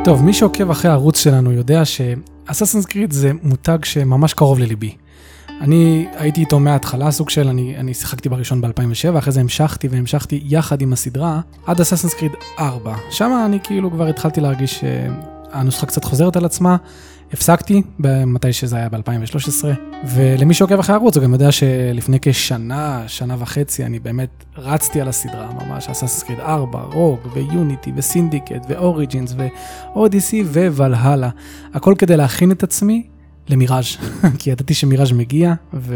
טוב, מי שעוקב אחרי הערוץ שלנו יודע שאסאסינס קריד זה מותג שממש קרוב לליבי. אני הייתי איתו מההתחלה, סוג של, אני שיחקתי בראשון ב-2007, אחרי זה המשכתי יחד עם הסדרה, עד אסאסינס קריד 4. שם אני כאילו כבר התחלתי להרגיש שהנוסחה קצת חוזרת על עצמה, הפסקתי במתי שזה היה ב-2013, ולמי שעוקב אחרי הערוץ, הוא גם יודע שלפני שנה וחצי, אני באמת רצתי על הסדרה, ממש אסאסינס קריד 4, רוג, ויוניטי, וסינדיקט, ואוריג'ינס, ואודיסי, וולהלה. הכל כדי להכין את עצמי למיראז' כי ידעתי שמיראז' מגיע,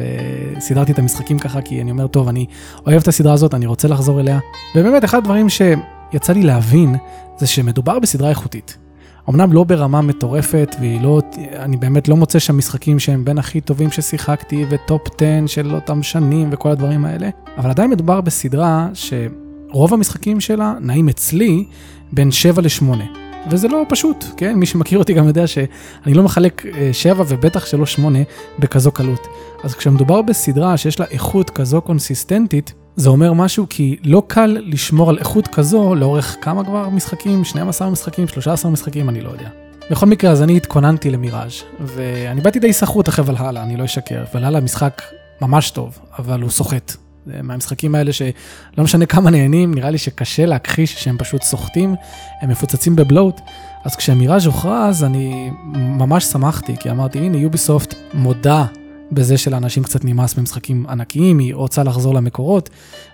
וסידרתי את המשחקים ככה, כי אני אומר, טוב, אני אוהב את הסדרה הזאת, אני רוצה לחזור אליה. ובאמת, אחד הדברים שיצא לי להבין, זה שמדובר בסדרה איכותית. אמנם לא ברמה מטורפת, אני באמת לא מוצא שם משחקים שהם בין הכי טובים ששיחקתי, וטופ 10 של אותם שנים וכל הדברים האלה, אבל עדיין מדובר בסדרה שרוב המשחקים שלה נעים אצלי בין 7 ל-8. וזה לא פשוט, כן? מי שמכיר אותי גם יודע שאני לא מחלק 7 ובטח שלא 8 בכזו קלות. אז כשמדובר בסדרה שיש לה איכות כזו קונסיסטנטית, זה אומר משהו כי לא קל לשמור על איכות כזו לאורך כמה כבר משחקים, 12 משחקים, 13 משחקים, אני לא יודע. בכל מקרה, אז אני התכוננתי למיראז' ואני באתי די סחרות אחרי ולהלה, אני לא אשקר. ולהלה משחק ממש טוב, אבל הוא סוחט. מהמשחקים האלה שלא משנה כמה נהנים, נראה לי שקשה להכחיש שהם פשוט סוחטים, הם מפוצצים בבלוט. אז כשמיראז' הוכרז, אני ממש שמחתי, כי אמרתי, הנה, יוביסופט מודה בזה שלאנשים קצת נמאס במשחקים ענקיים, היא רוצה לחזור למקורות,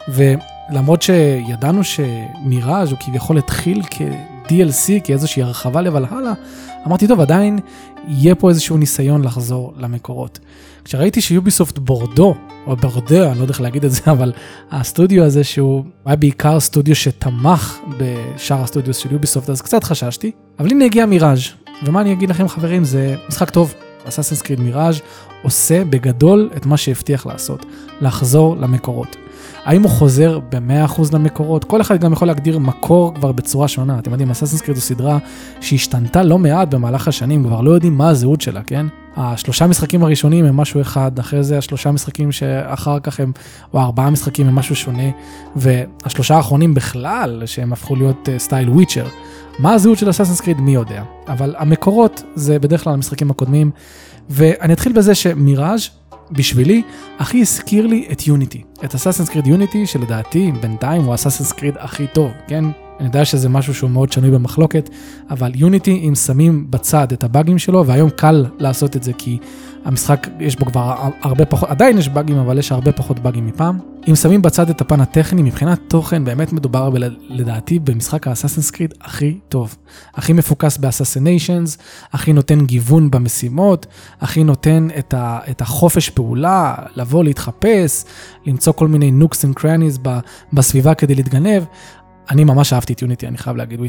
ולמרות שידענו שמיראז' הוא כביכול התחיל כ-DLC, כאיזושהי הרחבה לוולהלה, אמרתי, טוב, עדיין יהיה פה איזשהו ניסיון לחזור למקורות. כשראיתי שיוביסופט בורדו, או ברדה, אני לא יודע איך להגיד את זה, אבל הסטודיו הזה שהוא היה בעיקר סטודיו שתמך בשאר הסטודיוס של יוביסופט, אז קצת חששתי, אבל הנה הגיע מיראז', ומה אני אגיד לכם חברים, זה משחק טוב. אסאסינס קריד מיראז' עושה בגדול את מה שהבטיח לעשות, לחזור למקורות. האם הוא חוזר ב-100% למקורות? כל אחד גם יכול להגדיר מקור כבר בצורה שונה. אתם יודעים, אסאסינס קריד זו סדרה שהשתנתה לא מעט במהלך השנים, כבר לא יודעים מה הזהות שלה, כן? השלושה משחקים הראשונים הם משהו אחד, אחרי זה השלושה משחקים שאחר כך הם, או 4 משחקים הם משהו שונה, והשלושה האחרונים בכלל, שהם הפכו להיות סטייל וויצ'ר. מה הזהות של אסאסינס קריד? מי יודע. אבל המקורות זה בדרך כלל המשחקים הקודמים, ואני אתחיל בזה שמיראז' בשבילי הכי הזכיר לי את יוניטי. את אסאסינס קריד יוניטי, שלדעתי בינתיים הוא אסאסינס קריד הכי טוב, כן? אני יודע שזה משהו שהוא מאוד שנוי במחלוקת, אבל יוניטי, אם שמים בצד את הבאגים שלו, והיום קל לעשות את זה, כי המשחק יש בו כבר הרבה פחות, עדיין יש באגים, אבל יש הרבה פחות באגים מפעם. אם שמים בצד את הפן הטכני, מבחינת תוכן, באמת מדובר לדעתי במשחק האסאסינס קריד הכי טוב. הכי מפוקס באסאסיניישנס, הכי נותן גיוון במשימות, הכי נותן את החופש פעולה, לבוא, להתחפש, למצוא כל מיני נוקס and crannies בסביבה כדי להתגנב. אני ממש אהבתי את יוניטי, אני חייב להגיד,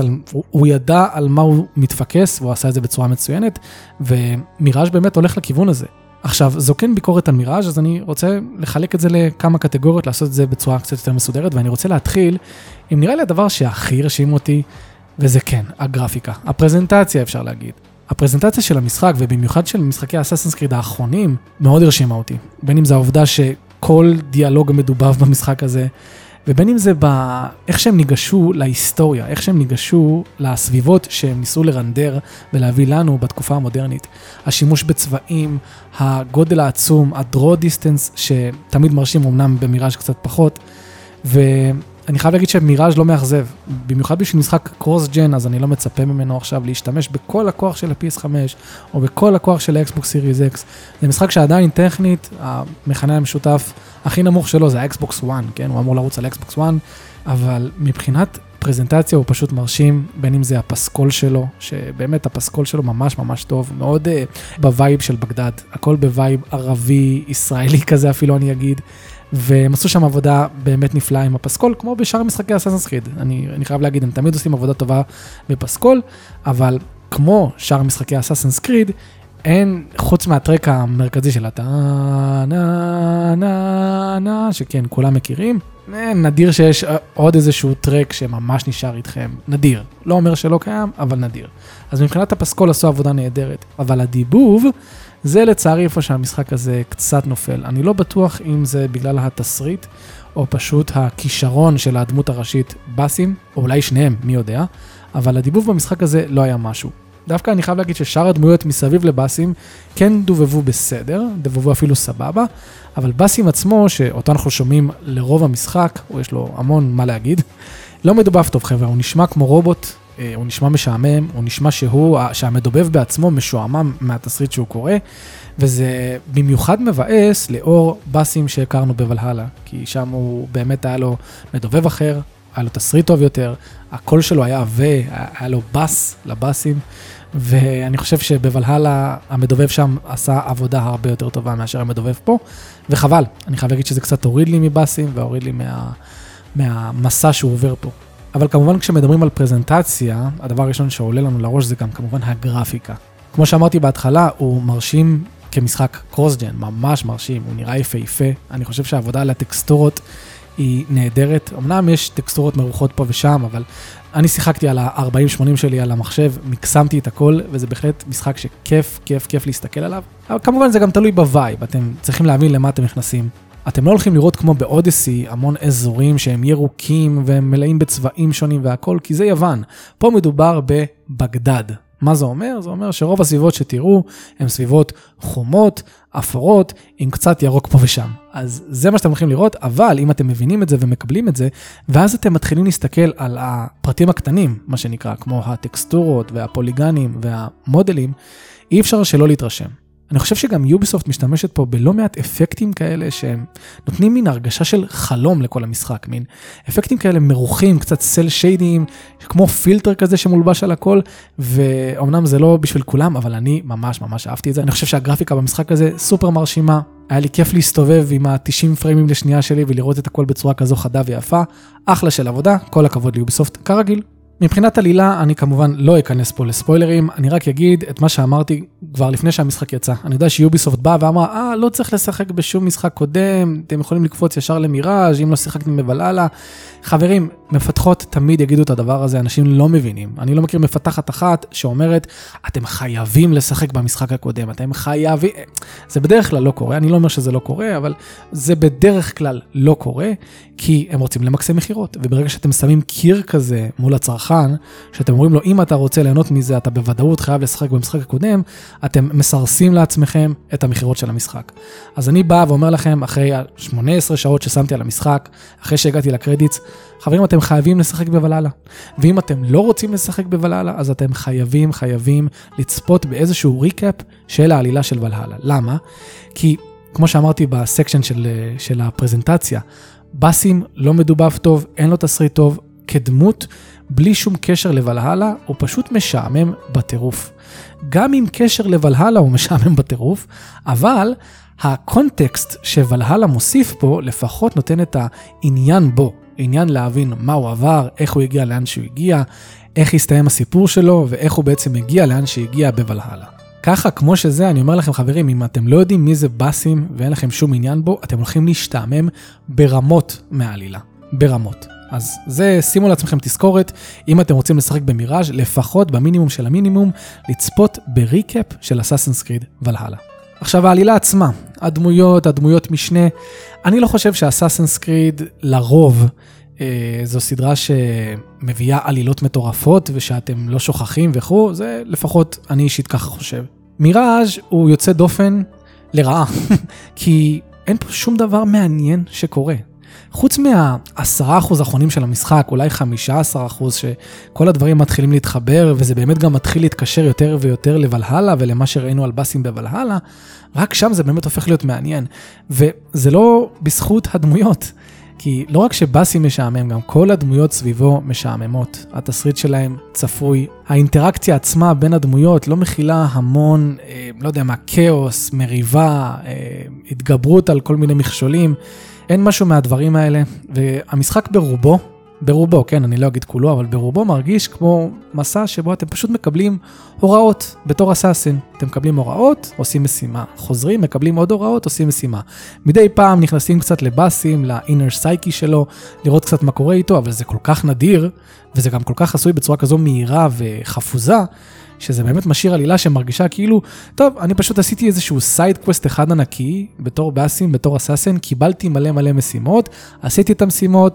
הוא ידע על מה הוא מתפקס, והוא עשה את זה בצורה מצוינת, ומיראז' באמת הולך לכיוון הזה. עכשיו, זו כן ביקורת על מיראז', אז אני רוצה לחלק את זה לכמה קטגוריות, לעשות את זה בצורה קצת יותר מסודרת, ואני רוצה להתחיל עם נראה לי הדבר שהכי הרשים אותי, וזה כן, הגרפיקה, הפרזנטציה אפשר להגיד. הפרזנטציה של המשחק, ובמיוחד של משחקי האסאסינס קריד האחרונים, מאוד הרשימה אותי. בין אם זה העובדה שכל דיאלוג מדובב במשחק הזה, ובין אם זה איך שהם ניגשו להיסטוריה, איך שהם ניגשו לסביבות שהם ניסו לרנדר ולהביא לנו בתקופה המודרנית. השימוש בצבעים, הגודל העצום, הדרו דיסטנס, שתמיד מרשים אמנם במיראז' קצת פחות, ואני חייב להגיד שמיראז' לא מאכזב, במיוחד בשביל משחק קרוס ג'ן, אז אני לא מצפה ממנו עכשיו להשתמש בכל הכוח של ה-PS5, או בכל הכוח של ה-Xbox Series X. זה משחק שעדיין טכנית, המכנה המשותף הכי נמוך שלו זה ה-Xbox One, כן? הוא אמור לרוץ על Xbox One, אבל מבחינת פרזנטציה הוא פשוט מרשים, בין אם זה הפסקול שלו, שבאמת הפסקול שלו ממש ממש טוב, מאוד בווייב של בגדד, הכל בווייב ערבי, ישראלי כזה אפילו אני אגיד, והם עשו שם עבודה באמת נפלאה עם הפסקול, כמו בשאר משחקי אסאסינס קריד. אני חייב להגיד, הם תמיד עושים עבודה טובה בפסקול, אבל כמו שאר משחקי אסאסינס קריד, אין, חוץ מהטרק המרכזי של שכן, כולם מכירים, נדיר שיש עוד איזשהו טרק שממש נשאר איתכם, נדיר. לא אומר שלא קיים, אבל נדיר. אז מבחינת הפסקול עשו עבודה נהדרת, אבל הדיבוב, זה לצערי איפה שהמשחק הזה קצת נופל. אני לא בטוח אם זה בגלל התסריט, או פשוט הכישרון של הדמות הראשית בסים, או אולי שניהם, מי יודע, אבל הדיבוב במשחק הזה לא היה משהו. דווקא אני חייב להגיד ששאר הדמויות מסביב לבאסים כן דובבו בסדר, דובבו אפילו סבבה, אבל באסים עצמו, שאותו אנחנו שומעים לרוב המשחק, או יש לו המון מה להגיד, לא מדובב טוב חבר'ה, הוא נשמע כמו רובוט, הוא נשמע משעמם, הוא נשמע שהמדובב בעצמו משועמם מהתסריט שהוא קורא, וזה במיוחד מבאס לאור באסים שהכרנו בוולהלה, כי שם הוא באמת היה לו מדובב אחר, היה לו תסריט טוב יותר, הקול שלו היה היה לו בס לבאסים, ואני חושב שבוולהלה המדובב שם עשה עבודה הרבה יותר טובה מאשר המדובב פה, וחבל, אני חייב להגיד שזה קצת הוריד לי מבאסים, והוריד לי מהמסע שהוא עובר פה. אבל כמובן כשמדברים על פרזנטציה, הדבר הראשון שעולה לנו לראש זה גם כמובן הגרפיקה. כמו שאמרתי בהתחלה, הוא מרשים כמשחק קרוס-ג'ן, ממש מרשים, הוא נראה יפה. אני חושב שהעבודה על הטקסטורות היא נהדרת. אמנם יש טקסטורות מרוחות פה ושם, אבל אני שיחקתי על ה-40-80 שלי על המחשב, מקסמתי את הכל, וזה בהחלט משחק שכיף להסתכל עליו. אבל כמובן זה גם תלוי בווייב, אתם צריכים להבין למה אתם נכנסים. אתם לא הולכים לראות כמו באודיסי המון אזורים שהם ירוקים והם מלאים בצבעים שונים והכל, כי זה יוון. פה מדובר בבגדד. מה זה אומר? זה אומר שרוב הסביבות שתראו הן סביבות חומות, אפורות, עם קצת ירוק פה ושם. אז זה מה שאתם הולכים לראות, אבל אם אתם מבינים את זה ומקבלים את זה, ואז אתם מתחילים להסתכל על הפרטים הקטנים, מה שנקרא, כמו הטקסטורות והפוליגנים והמודלים, אי אפשר שלא להתרשם. אני חושב שגם יוביסופט משתמשת פה בלא מעט אפקטים כאלה שהם נותנים מין הרגשה של חלום לכל המשחק, מין אפקטים כאלה מרוחים, קצת סל שיידים, כמו פילטר כזה שמולבש על הכל, ואומנם זה לא בשביל כולם, אבל אני ממש אהבתי את זה. אני חושב שהגרפיקה במשחק הזה סופר מרשימה, היה לי כיף להסתובב עם ה-90 פריימים לשנייה שלי ולראות את הכל בצורה כזו חדה ויפה, אחלה של עבודה, כל הכבוד ליוביסופט כרגיל. מבחינת עלילה, אני כמובן לא אכנס פה לספוילרים, אני רק אגיד את מה שאמרתי כבר לפני שהמשחק יצא. אני יודע שיוביסופט באה ואמרה, לא צריך לשחק בשום משחק קודם, אתם יכולים לקפוץ ישר למיראז' אם לא שיחקתם בוולהלה. חברים, מפתחות תמיד יגידו את הדבר הזה, אנשים לא מבינים. אני לא מכיר מפתחת אחת שאומרת, אתם חייבים לשחק במשחק הקודם, אתם חייבים, זה בדרך כלל לא קורה, אני לא אומר שזה לא קורה, אבל זה בדרך כלל לא קורה, כי הם רוצים למקסם מחירות, וברגע שאתם שמים קיר כזה מול הצרכן, שאתם אומרים לו, אם אתה רוצה ליהנות מזה, אתה בוודאות חייב לשחק במשחק הקודם, אתם מסרסים לעצמכם את המחירות של המשחק. אז אני בא ואומר לכם, אחרי 18 שעות ששמתי על המשחק, אחרי שהגעתי לקרדיטס, חברים, אתם חייבים לשחק בוולהלה. ואם אתם לא רוצים לשחק בוולהלה, אז אתם חייבים לצפות באיזשהו ריקאפ של העלילה של וולהלה. למה? כי, כמו שאמרתי בסקשן של הפרזנטציה, באסים לא מדובב טוב, אין לו תסריט טוב, כדמות, בלי שום קשר לוולהלה, הוא פשוט משעמם בטירוף. גם עם קשר לוולהלה הוא משעמם בטירוף, אבל הקונטקסט שוולהלה מוסיף פה, לפחות נותן את העניין בו, עניין להבין מה הוא עבר, איך הוא הגיע לאן שהוא הגיע, איך הסתיים הסיפור שלו, ואיך הוא בעצם הגיע לאן שהגיע בוולהלה. ככה, כמו שזה, אני אומר לכם חברים, אם אתם לא יודעים מי זה באסים ואין לכם שום עניין בו, אתם הולכים להשתעמם ברמות מהעלילה. ברמות. אז זה, שימו לעצמכם תזכורת, אם אתם רוצים לשחק במיראז' לפחות במינימום של המינימום, לצפות בריקאפ של אסאסינס קריד וולהלה. עכשיו העלילה עצמה, הדמויות משנה, אני לא חושב שאסאסינס קריד לרוב זו סדרה שמביאה עלילות מטורפות ושאתם לא שוכחים וכו', זה לפחות אני אישית ככה חושב. מיראז' הוא יוצא דופן לרעה, כי אין פה שום דבר מעניין שקורה. חוץ מה10% האחרונים של המשחק, אולי 15% שכל הדברים מתחילים להתחבר, וזה באמת גם מתחיל להתקשר יותר ויותר לוולהלה, ולמה שראינו על באסים בוולהלה, רק שם זה באמת הופך להיות מעניין. וזה לא בזכות הדמויות, כי לא רק שבאסים משעמם, גם כל הדמויות סביבו משעממות. התסריט שלהם צפוי. האינטראקציה עצמה בין הדמויות לא מכילה המון, לא יודע מה, כאוס, מריבה, התגברות על כל מיני מכשולים. אין משהו מהדברים האלה, והמשחק ברובו, כן, אני לא אגיד כולו, אבל ברובו מרגיש כמו מסע שבו אתם פשוט מקבלים הוראות בתור אסאסין. אתם מקבלים הוראות, עושים משימה. חוזרים, מקבלים עוד הוראות, עושים משימה. מדי פעם נכנסים קצת לבאסים, ל-inner psyche שלו, לראות קצת מה קורה איתו, אבל זה כל כך נדיר, וזה גם כל כך עשוי בצורה כזו מהירה וחפוזה, שזה באמת משאיר עלילה שמרגישה כאילו, טוב, אני פשוט עשיתי איזשהו סייד קווסט אחד ענקי, בתור באסים, בתור אסאסן, קיבלתי מלא משימות, עשיתי את המשימות,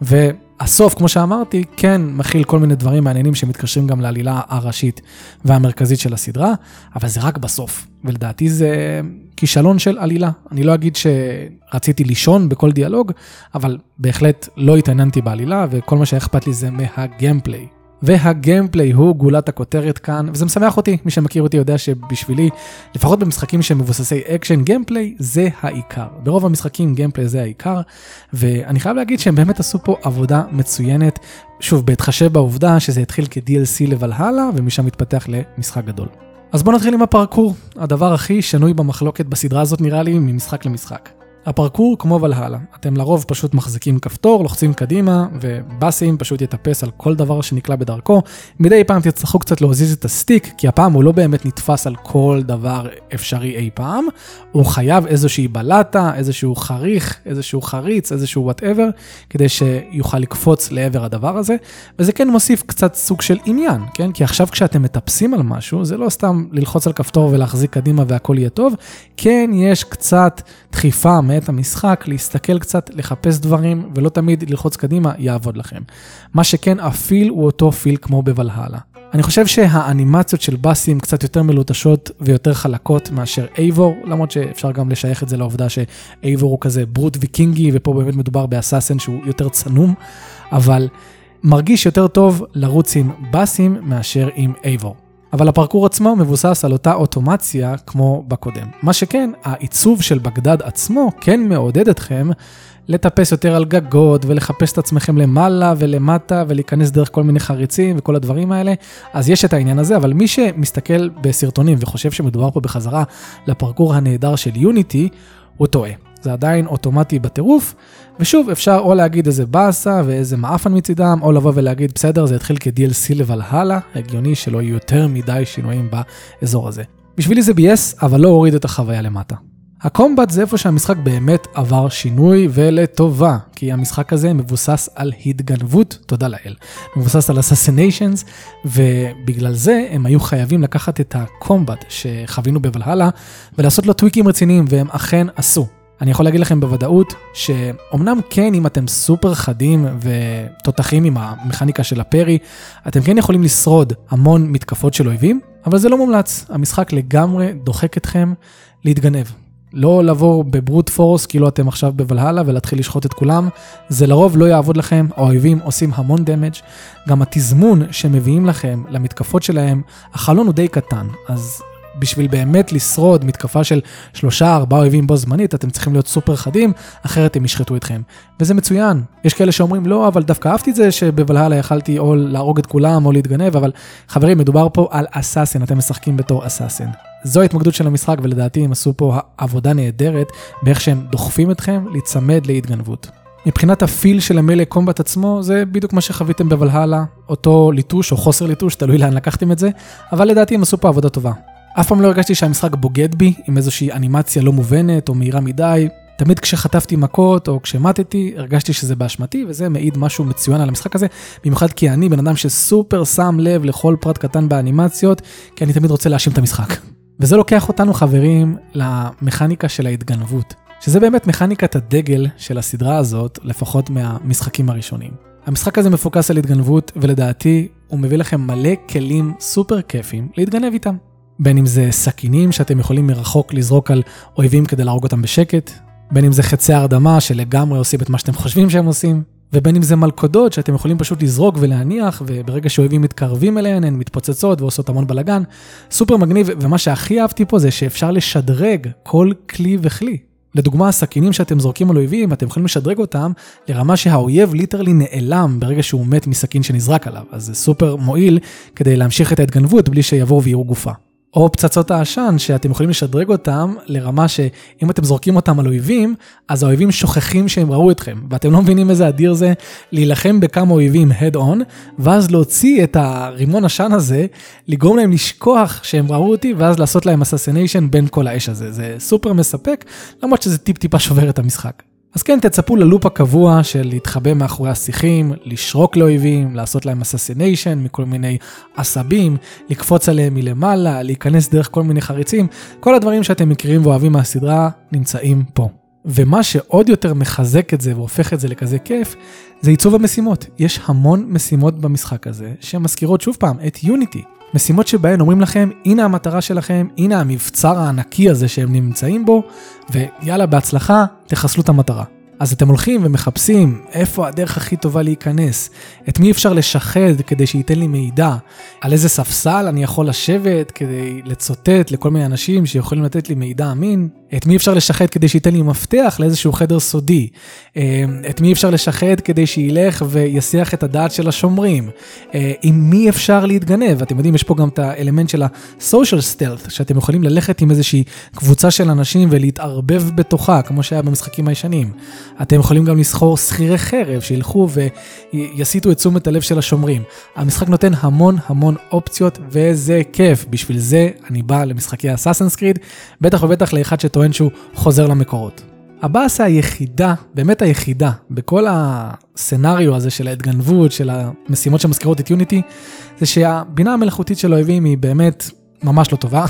והסוף, כמו שאמרתי, כן מכיל כל מיני דברים מעניינים שמתקשרים גם לעלילה הראשית והמרכזית של הסדרה, אבל זה רק בסוף, ולדעתי זה כישלון של עלילה. אני לא אגיד שרציתי לישון בכל דיאלוג, אבל בהחלט לא התעניינתי בעלילה, וכל מה שאכפת לי זה מהגיימפליי. והגיימפליי הוא גולת הכותרת כאן, וזה משמח אותי, מי שמכיר אותי יודע שבשבילי, לפחות במשחקים שמבוססי אקשן, גיימפליי זה העיקר. ברוב המשחקים גיימפליי זה העיקר, ואני חייב להגיד שהם באמת עשו פה עבודה מצוינת, שוב, בהתחשב בעובדה שזה התחיל כ-DLC לבלהלה, ומשם מתפתח למשחק גדול. אז בואו נתחיל עם הפרקור, הדבר הכי שנוי במחלוקת בסדרה הזאת נראה לי ממשחק למשחק. הפרקור כמו ולהלה, אתם לרוב פשוט מחזיקים כפתור, לוחצים קדימה, ובאסים פשוט יטפס על כל דבר שנקלע בדרכו. מדי פעם תצטרכו קצת להוזיז את הסטיק, כי הפעם הוא לא באמת נתפס על כל דבר אפשרי אי פעם, הוא חייב איזושהי בלטה, איזשהו חריך, איזשהו חריץ, איזשהו whatever, כדי שיוכל לקפוץ לעבר הדבר הזה, וזה כן מוסיף קצת סוג של עניין, כן? כי עכשיו כשאתם מטפסים על משהו, זה לא סתם ללחוץ על כפתור ולהחזיק קדימה והכל יהיה טוב, כן יש קצת דחיפה מאת המשחק, להסתכל קצת, לחפש דברים, ולא תמיד ללחוץ קדימה, יעבוד לכם. מה שכן, הפיל הוא אותו פיל כמו בוולהלה. אני חושב שהאנימציות של באסים קצת יותר מלוטשות ויותר חלקות מאשר אייבור, למרות שאפשר גם לשייך את זה לעובדה שאייבור הוא כזה ברוט ויקינגי, ופה באמת מדובר באסאסן שהוא יותר צנום, אבל מרגיש יותר טוב לרוץ עם באסים מאשר עם אייבור. אבל הפרקור עצמו מבוסס על אותה אוטומציה כמו בקודם. מה שכן, העיצוב של בגדד עצמו כן מעודד אתכם לטפס יותר על גגות ולחפש את עצמכם למעלה ולמטה ולהיכנס דרך כל מיני חריצים וכל הדברים האלה. אז יש את העניין הזה, אבל מי שמסתכל בסרטונים וחושב שמדובר פה בחזרה לפרקור הנהדר של יוניטי, הוא טועה. זה עדיין אוטומטי בטירוף, ושוב אפשר או להגיד איזה באסה ואיזה מאפן מצידם, או לבוא ולהגיד בסדר, זה התחיל כ-DLC לבלהלה, הגיוני שלא יהיו יותר מדי שינויים באזור הזה. בשבילי זה בייס, אבל לא הוריד את החוויה למטה. הקומבט זה איפה שהמשחק באמת עבר שינוי ולטובה, כי המשחק הזה מבוסס על התגנבות, תודה לאל, מבוסס על assassinations, ובגלל זה הם היו חייבים לקחת את הקומבט שחווינו בוולהלה, ולעשות לו טוויקים רציניים, והם אכן עשו. אני יכול להגיד לכם בוודאות שאומנם כן, אם אתם סופר חדים ותותחים עם המכניקה של הפרי, אתם כן יכולים לשרוד המון מתקפות של אויבים, אבל זה לא מומלץ. המשחק לגמרי דוחק אתכם להתגנב. לא לבוא בברוט פורס, כאילו אתם עכשיו בוולהלה ולהתחיל לשחוט את כולם, זה לרוב לא יעבוד לכם, האויבים עושים המון דמג', גם התזמון שמביאים לכם למתקפות שלהם, החלון הוא די קטן, אז בשביל באמת לשרוד מתקפה של 3-4 אויבים בו זמנית, אתם צריכים להיות סופר חדים, אחרת הם ישחטו אתכם. וזה מצוין. יש כאלה שאומרים, לא, אבל דווקא אהבתי את זה שבוולהלה יכלתי או להרוג את כולם או להתגנב, אבל חברים, מדובר פה על אסאסין, אתם משחקים בתור אסאסין. זו ההתמקדות של המשחק, ולדעתי הם עשו פה עבודה נהדרת, באיך שהם דוחפים אתכם להיצמד להתגנבות. מבחינת הפיל של המלא קומבט עצמו, זה בדיוק מה שחוויתם בוולהלה, אותו ליטוש או חוסר ליטוש, תלוי לאן לקחתם את זה, אבל לדעתי הם עשו פה עבודה טובה. אף פעם לא הרגשתי שהמשחק בוגד בי, עם איזושהי אנימציה לא מובנת או מהירה מדי. תמיד כשחטפתי מכות או כשמתתי, הרגשתי שזה באשמתי, וזה מעיד משהו מצוין על המשחק הזה, במיוחד כי אני בן אדם שסופר שם לב לכל פרט קטן באנימציות, כי אני תמיד רוצה להאשים את המשחק. וזה לוקח אותנו, חברים, למכניקה של ההתגנבות, שזה באמת מכניקת הדגל של הסדרה הזאת, לפחות מהמשחקים הראשונים. המשחק הזה מפוקס על התגנבות, ולדעתי הוא מביא לכם מלא כלים סופר כיפים להתגנב איתם. בין אם זה סכינים שאתם יכולים מרחוק לזרוק על אויבים כדי להרוג אותם בשקט, בין אם זה חצי הרדמה שלגמרי עושים את מה שאתם חושבים שהם עושים, ובין אם זה מלכודות שאתם יכולים פשוט לזרוק ולהניח, וברגע שאויבים מתקרבים אליהן, הן מתפוצצות ועושות המון בלגן. סופר מגניב, ומה שהכי אהבתי פה זה שאפשר לשדרג כל כלי וכלי. לדוגמה, הסכינים שאתם זורקים על אויבים, אתם יכולים לשדרג אותם לרמה שהאויב ליטרלי נעלם ברגע שהוא מת מסכין שנזרק עליו, אז זה סופר מועיל כדי להמשיך את ההתגנבות בלי שיבואו ויראו גופה. או פצצות העשן שאתם יכולים לשדרג אותם לרמה שאם אתם זורקים אותם על אויבים, אז האויבים שוכחים שהם ראו אתכם, ואתם לא מבינים איזה אדיר זה להילחם בכמה אויבים head on, ואז להוציא את הרימון עשן הזה, לגרום להם לשכוח שהם ראו אותי, ואז לעשות להם assassination בין כל האש הזה. זה סופר מספק, למרות שזה טיפה שובר את המשחק. אז כן, תצפו ללופ הקבוע של להתחבא מאחורי השיחים, לשרוק לאויבים, לעשות להם אססיניישן מכל מיני עשבים, לקפוץ עליהם מלמעלה, להיכנס דרך כל מיני חריצים, כל הדברים שאתם מכירים ואוהבים מהסדרה נמצאים פה. ומה שעוד יותר מחזק את זה והופך את זה לכזה כיף, זה עיצוב המשימות. יש המון משימות במשחק הזה, שמזכירות שוב פעם את יוניטי. משימות שבהן אומרים לכם, הנה המטרה שלכם, הנה המבצר הענקי הזה שהם נמצאים בו, ויאללה, בהצלחה, תחסלו את המטרה. אז אתם הולכים ומחפשים איפה הדרך הכי טובה להיכנס, את מי אפשר לשחד כדי שייתן לי מידע, על איזה ספסל אני יכול לשבת כדי לצוטט לכל מיני אנשים שיכולים לתת לי מידע אמין, את מי אפשר לשחד כדי שייתן לי מפתח לאיזשהו חדר סודי, את מי אפשר לשחד כדי שילך ויסיח את הדעת של השומרים, עם מי אפשר להתגנב, אתם יודעים, יש פה גם את האלמנט של ה-social stealth, שאתם יכולים ללכת עם איזושהי קבוצה של אנשים ולהתערבב בתוכה, כמו שהיה במשחקים הישנים. אתם יכולים גם לסחור שכירי חרב שילכו ויסיטו את תשומת הלב של השומרים. המשחק נותן המון המון אופציות וזה כיף. בשביל זה אני בא למשחקי Assassin's Creed, בטח ובטח לאחד שטוען שהוא חוזר למקורות. הבאסה היחידה, באמת היחידה, בכל הסצנריו הזה של ההתגנבות, של המשימות שמזכירות את יוניטי, זה שהבינה המלאכותית של האויבים היא באמת ממש לא טובה.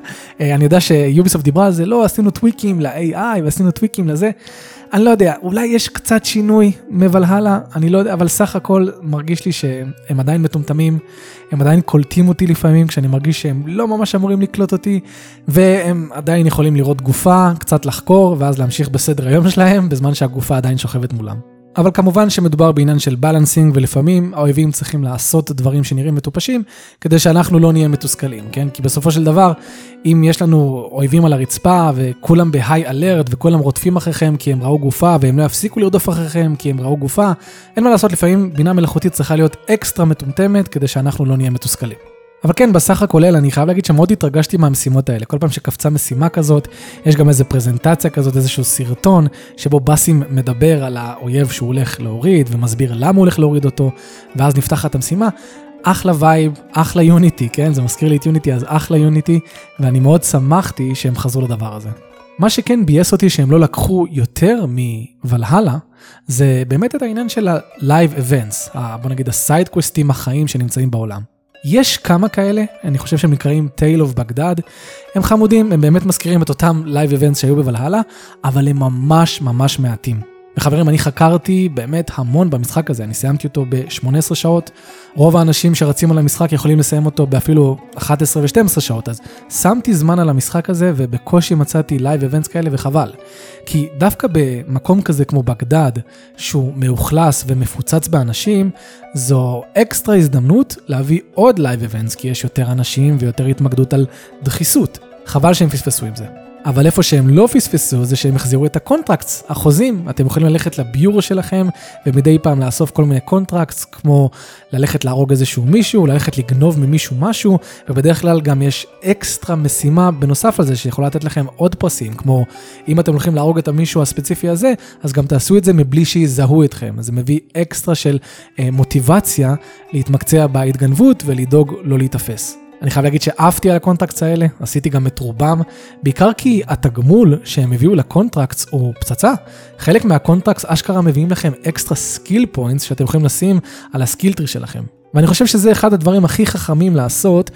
אני יודע שיוביסופט דיברה על זה, לא, עשינו טוויקים ל-AI ועשינו טוויקים לזה. אני לא יודע, אולי יש קצת שינוי מבלהלה, אני לא יודע, אבל סך הכל מרגיש לי שהם עדיין מטומטמים, הם עדיין קולטים אותי לפעמים, כשאני מרגיש שהם לא ממש אמורים לקלוט אותי, והם עדיין יכולים לראות גופה, קצת לחקור, ואז להמשיך בסדר היום שלהם, בזמן שהגופה עדיין שוכבת מולם. אבל כמובן שמדובר בעניין של בלנסינג, ולפעמים האויבים צריכים לעשות דברים שנראים מטופשים, כדי שאנחנו לא נהיה מתוסכלים, כן? כי בסופו של דבר, אם יש לנו אויבים על הרצפה, וכולם בהיי אלרט, וכולם רודפים אחריכם כי הם ראו גופה, והם לא יפסיקו לרדוף אחריכם כי הם ראו גופה, אין מה לעשות, לפעמים בינה מלאכותית צריכה להיות אקסטרה מטומטמת, כדי שאנחנו לא נהיה מתוסכלים. אבל כן, בסך הכולל, אני חייב להגיד שמאוד התרגשתי מהמשימות האלה. כל פעם שקפצה משימה כזאת, יש גם איזו פרזנטציה כזאת, איזשהו סרטון, שבו בסים מדבר על האויב שהוא הולך להוריד, ומסביר למה הוא הולך להוריד אותו, ואז נפתחת המשימה. אחלה וייב, אחלה יוניטי, כן? זה מזכיר לי את יוניטי, אז אחלה יוניטי, ואני מאוד שמחתי שהם חזרו לדבר הזה. מה שכן בייס אותי שהם לא לקחו יותר מוולהלה, זה באמת את העניין של ה-live events, בוא נגיד הסייד קווסטים החיים שנמצאים בעולם. יש כמה כאלה, אני חושב שהם נקראים Tale of Baghdad, הם חמודים, הם באמת מזכירים את אותם live events שהיו בוולהלה, אבל הם ממש ממש מעטים. וחברים, אני חקרתי באמת המון במשחק הזה, אני סיימתי אותו ב-18 שעות, רוב האנשים שרצים על המשחק יכולים לסיים אותו באפילו 11 ו-12 שעות, אז שמתי זמן על המשחק הזה ובקושי מצאתי לייב איבנטס כאלה וחבל. כי דווקא במקום כזה כמו בגדד, שהוא מאוכלס ומפוצץ באנשים, זו אקסטרה הזדמנות להביא עוד לייב איבנטס, כי יש יותר אנשים ויותר התמקדות על דחיסות. חבל שהם פספסו עם זה. אבל איפה שהם לא פספסו זה שהם החזירו את הקונטרקטס, החוזים. אתם יכולים ללכת לביורו שלכם ומדי פעם לאסוף כל מיני קונטרקטס, כמו ללכת להרוג איזשהו מישהו, ללכת לגנוב ממישהו משהו, ובדרך כלל גם יש אקסטרה משימה בנוסף לזה שיכולה לתת לכם עוד פרסים, כמו אם אתם הולכים להרוג את המישהו הספציפי הזה, אז גם תעשו את זה מבלי שיזהו אתכם. אז זה מביא אקסטרה של מוטיבציה להתמקצע בהתגנבות ולדאוג לא להתאפס. אני חייב להגיד שאהבתי על הקונטרקטס האלה, עשיתי גם את רובם, בעיקר כי התגמול שהם הביאו לקונטרקטס הוא פצצה. חלק מהקונטרקטס אשכרה מביאים לכם אקסטרה סקיל פוינטס שאתם יכולים לשים על הסקיל טרי שלכם. ואני חושב שזה אחד הדברים הכי חכמים לעשות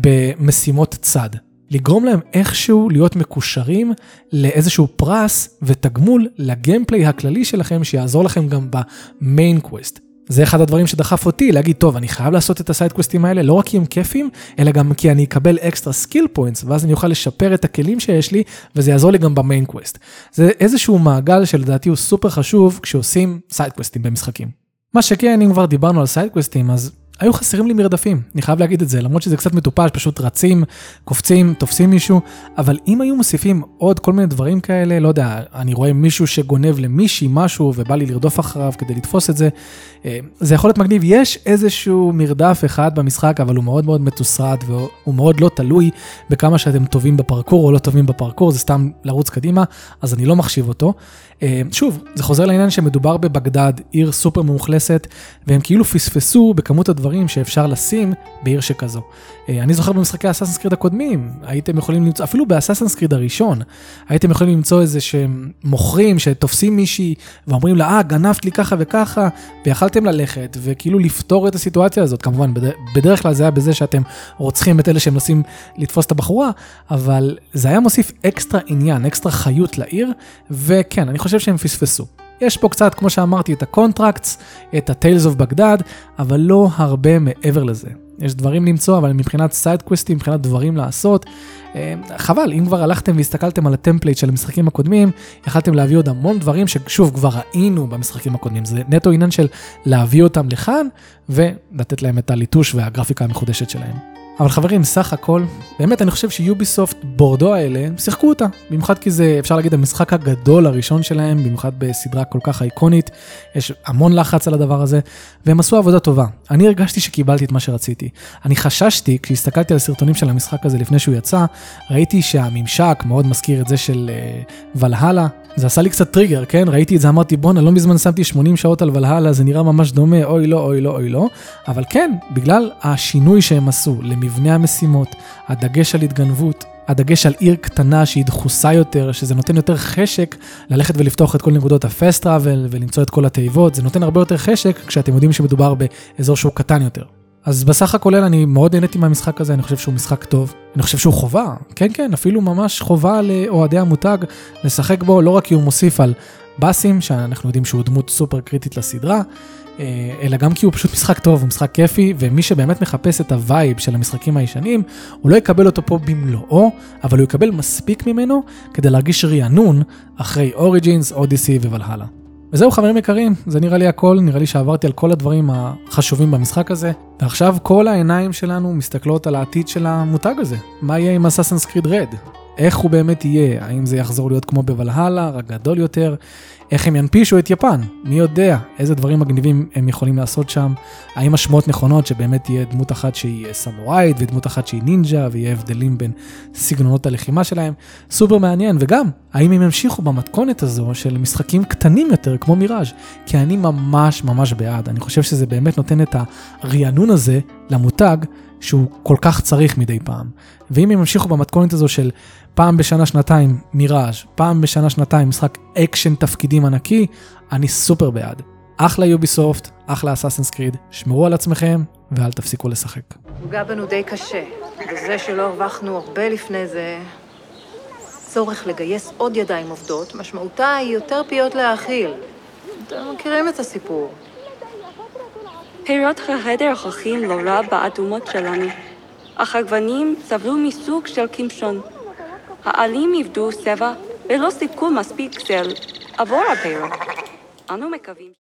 במשימות צד. לגרום להם איכשהו להיות מקושרים לאיזשהו פרס ותגמול לגיימפליי הכללי שלכם שיעזור לכם גם במיין קווסט. זה אחד הדברים שדחף אותי להגיד, טוב, אני חייב לעשות את הסייד קווסטים האלה, לא רק כי הם כיפים, אלא גם כי אני אקבל אקסטרה סקיל פוינטס, ואז אני אוכל לשפר את הכלים שיש לי, וזה יעזור לי גם במיין קווסט. זה איזשהו מעגל שלדעתי הוא סופר חשוב כשעושים סייד קווסטים במשחקים. מה שכן, אם כבר דיברנו על סייד קווסטים, אז היו חסרים לי מרדפים, אני חייב להגיד את זה, למרות שזה קצת מטופש, פשוט רצים, קופצים, תופסים מישהו, אבל אם היו מוסיפים עוד כל מיני דברים כאלה, לא יודע, אני רואה מישהו שגונב למישהי משהו, ובא לי לרדוף אחריו כדי לתפוס את זה, זה יכול להיות מגניב. יש איזשהו מרדף אחד במשחק, אבל הוא מאוד מאוד מתוסרט, והוא מאוד לא תלוי בכמה שאתם טובים בפרקור או לא טובים בפרקור, זה סתם לרוץ קדימה, אז אני לא מחשיב אותו. שוב, זה חוזר לעניין שמדובר בבגדד, עיר סופר מאוכלסת, והם כאילו פספסו בכמות הדברים דברים שאפשר לשים בעיר שכזו. אני זוכר במשחקי אסאסינס קריד הקודמים, הייתם יכולים למצוא, אפילו באסאסינס קריד הראשון, הייתם יכולים למצוא איזה שהם מוכרים שתופסים מישהי ואומרים לה, גנבת לי ככה וככה, ויכלתם ללכת וכאילו לפתור את הסיטואציה הזאת. כמובן, בדרך כלל זה היה בזה שאתם רוצחים את אלה שהם נוסעים לתפוס את הבחורה, אבל זה היה מוסיף אקסטרה עניין, אקסטרה חיות לעיר, וכן, אני חושב שהם פספסו. יש פה קצת, כמו שאמרתי, את הקונטרקטס, את ה-Tales of Baghdad, אבל לא הרבה מעבר לזה. יש דברים למצוא, אבל מבחינת סייד-קווסטים, מבחינת דברים לעשות, חבל, אם כבר הלכתם והסתכלתם על הטמפלייט של המשחקים הקודמים, יכלתם להביא עוד המון דברים ששוב כבר ראינו במשחקים הקודמים. זה נטו עניין של להביא אותם לכאן, ולתת להם את הליטוש והגרפיקה המחודשת שלהם. אבל חברים, סך הכל, באמת אני חושב שיוביסופט בורדו האלה שיחקו אותה, במיוחד כי זה אפשר להגיד המשחק הגדול הראשון שלהם, במיוחד בסדרה כל כך אייקונית, יש המון לחץ על הדבר הזה, והם עשו עבודה טובה. אני הרגשתי שקיבלתי את מה שרציתי. אני חששתי, כשהסתכלתי על הסרטונים של המשחק הזה לפני שהוא יצא, ראיתי שהממשק מאוד מזכיר את זה של ולהלה, זה עשה לי קצת טריגר, כן? ראיתי את זה, אמרתי, בונה, לא מזמן שמתי 80 שעות על ולהלה, זה נראה ממש דומה, אוי לא, אוי לא, אוי לא. אבל כן, בגלל השינוי שהם עשו למבנה המשימות, הדגש על התגנבות, הדגש על עיר קטנה שהיא דחוסה יותר, שזה נותן יותר חשק ללכת ולפתוח את כל נקודות הפסט טראבל ולמצוא את כל התיבות, זה נותן הרבה יותר חשק כשאתם יודעים שמדובר באזור שהוא קטן יותר. אז בסך הכולל אני מאוד נהניתי מהמשחק הזה, אני חושב שהוא משחק טוב, אני חושב שהוא חובה, כן, אפילו ממש חובה לאוהדי המותג לשחק בו, לא רק כי הוא מוסיף על בסים, שאנחנו יודעים שהוא דמות סופר קריטית לסדרה, אלא גם כי הוא פשוט משחק טוב, הוא משחק כיפי, ומי שבאמת מחפש את הווייב של המשחקים הישנים, הוא לא יקבל אותו פה במלואו, אבל הוא יקבל מספיק ממנו כדי להרגיש רענון אחרי אוריג'ינס, אודיסי וולהלה. וזהו חברים יקרים, זה נראה לי הכל, נראה לי שעברתי על כל הדברים החשובים במשחק הזה, ועכשיו כל העיניים שלנו מסתכלות על העתיד של המותג הזה. מה יהיה עם אסאסינס קריד רד? איך הוא באמת יהיה? האם זה יחזור להיות כמו בוולהלה, רק גדול יותר? איך הם ינפישו את יפן? מי יודע איזה דברים מגניבים הם יכולים לעשות שם? האם השמות נכונות שבאמת תהיה דמות אחת שהיא סמוראית ודמות אחת שהיא נינג'ה ויהיה הבדלים בין סגנונות הלחימה שלהם? סופר מעניין. וגם, האם הם ימשיכו במתכונת הזו של משחקים קטנים יותר כמו מיראז'? כי אני ממש ממש בעד. אני חושב שזה באמת נותן את הרענון הזה למותג שהוא כל כך צריך מדי פעם. ואם הם ימשיכו במתכונת הזו של פעם בשנה שנתיים מיראז', פעם בשנה שנתיים משחק אקשן תפקידים ענקי, אני סופר בעד. אחלה יוביסופט, אחלה אסאסינס קריד, שמרו על עצמכם ואל תפסיקו לשחק. פגע בנו די קשה, וזה שלא הרווחנו הרבה לפני זה, צורך לגייס עוד ידיים עובדות, משמעותה היא יותר פיות להאכיל. אתם מכירים את הסיפור. פירות החדר הוכחים לא רע באדומות שלנו, אך הגוונים סבלו מסוג של קמשון. העלים עבדו צבע ולא סיפקו מספיק צל עבור הפירות. אנו מקווים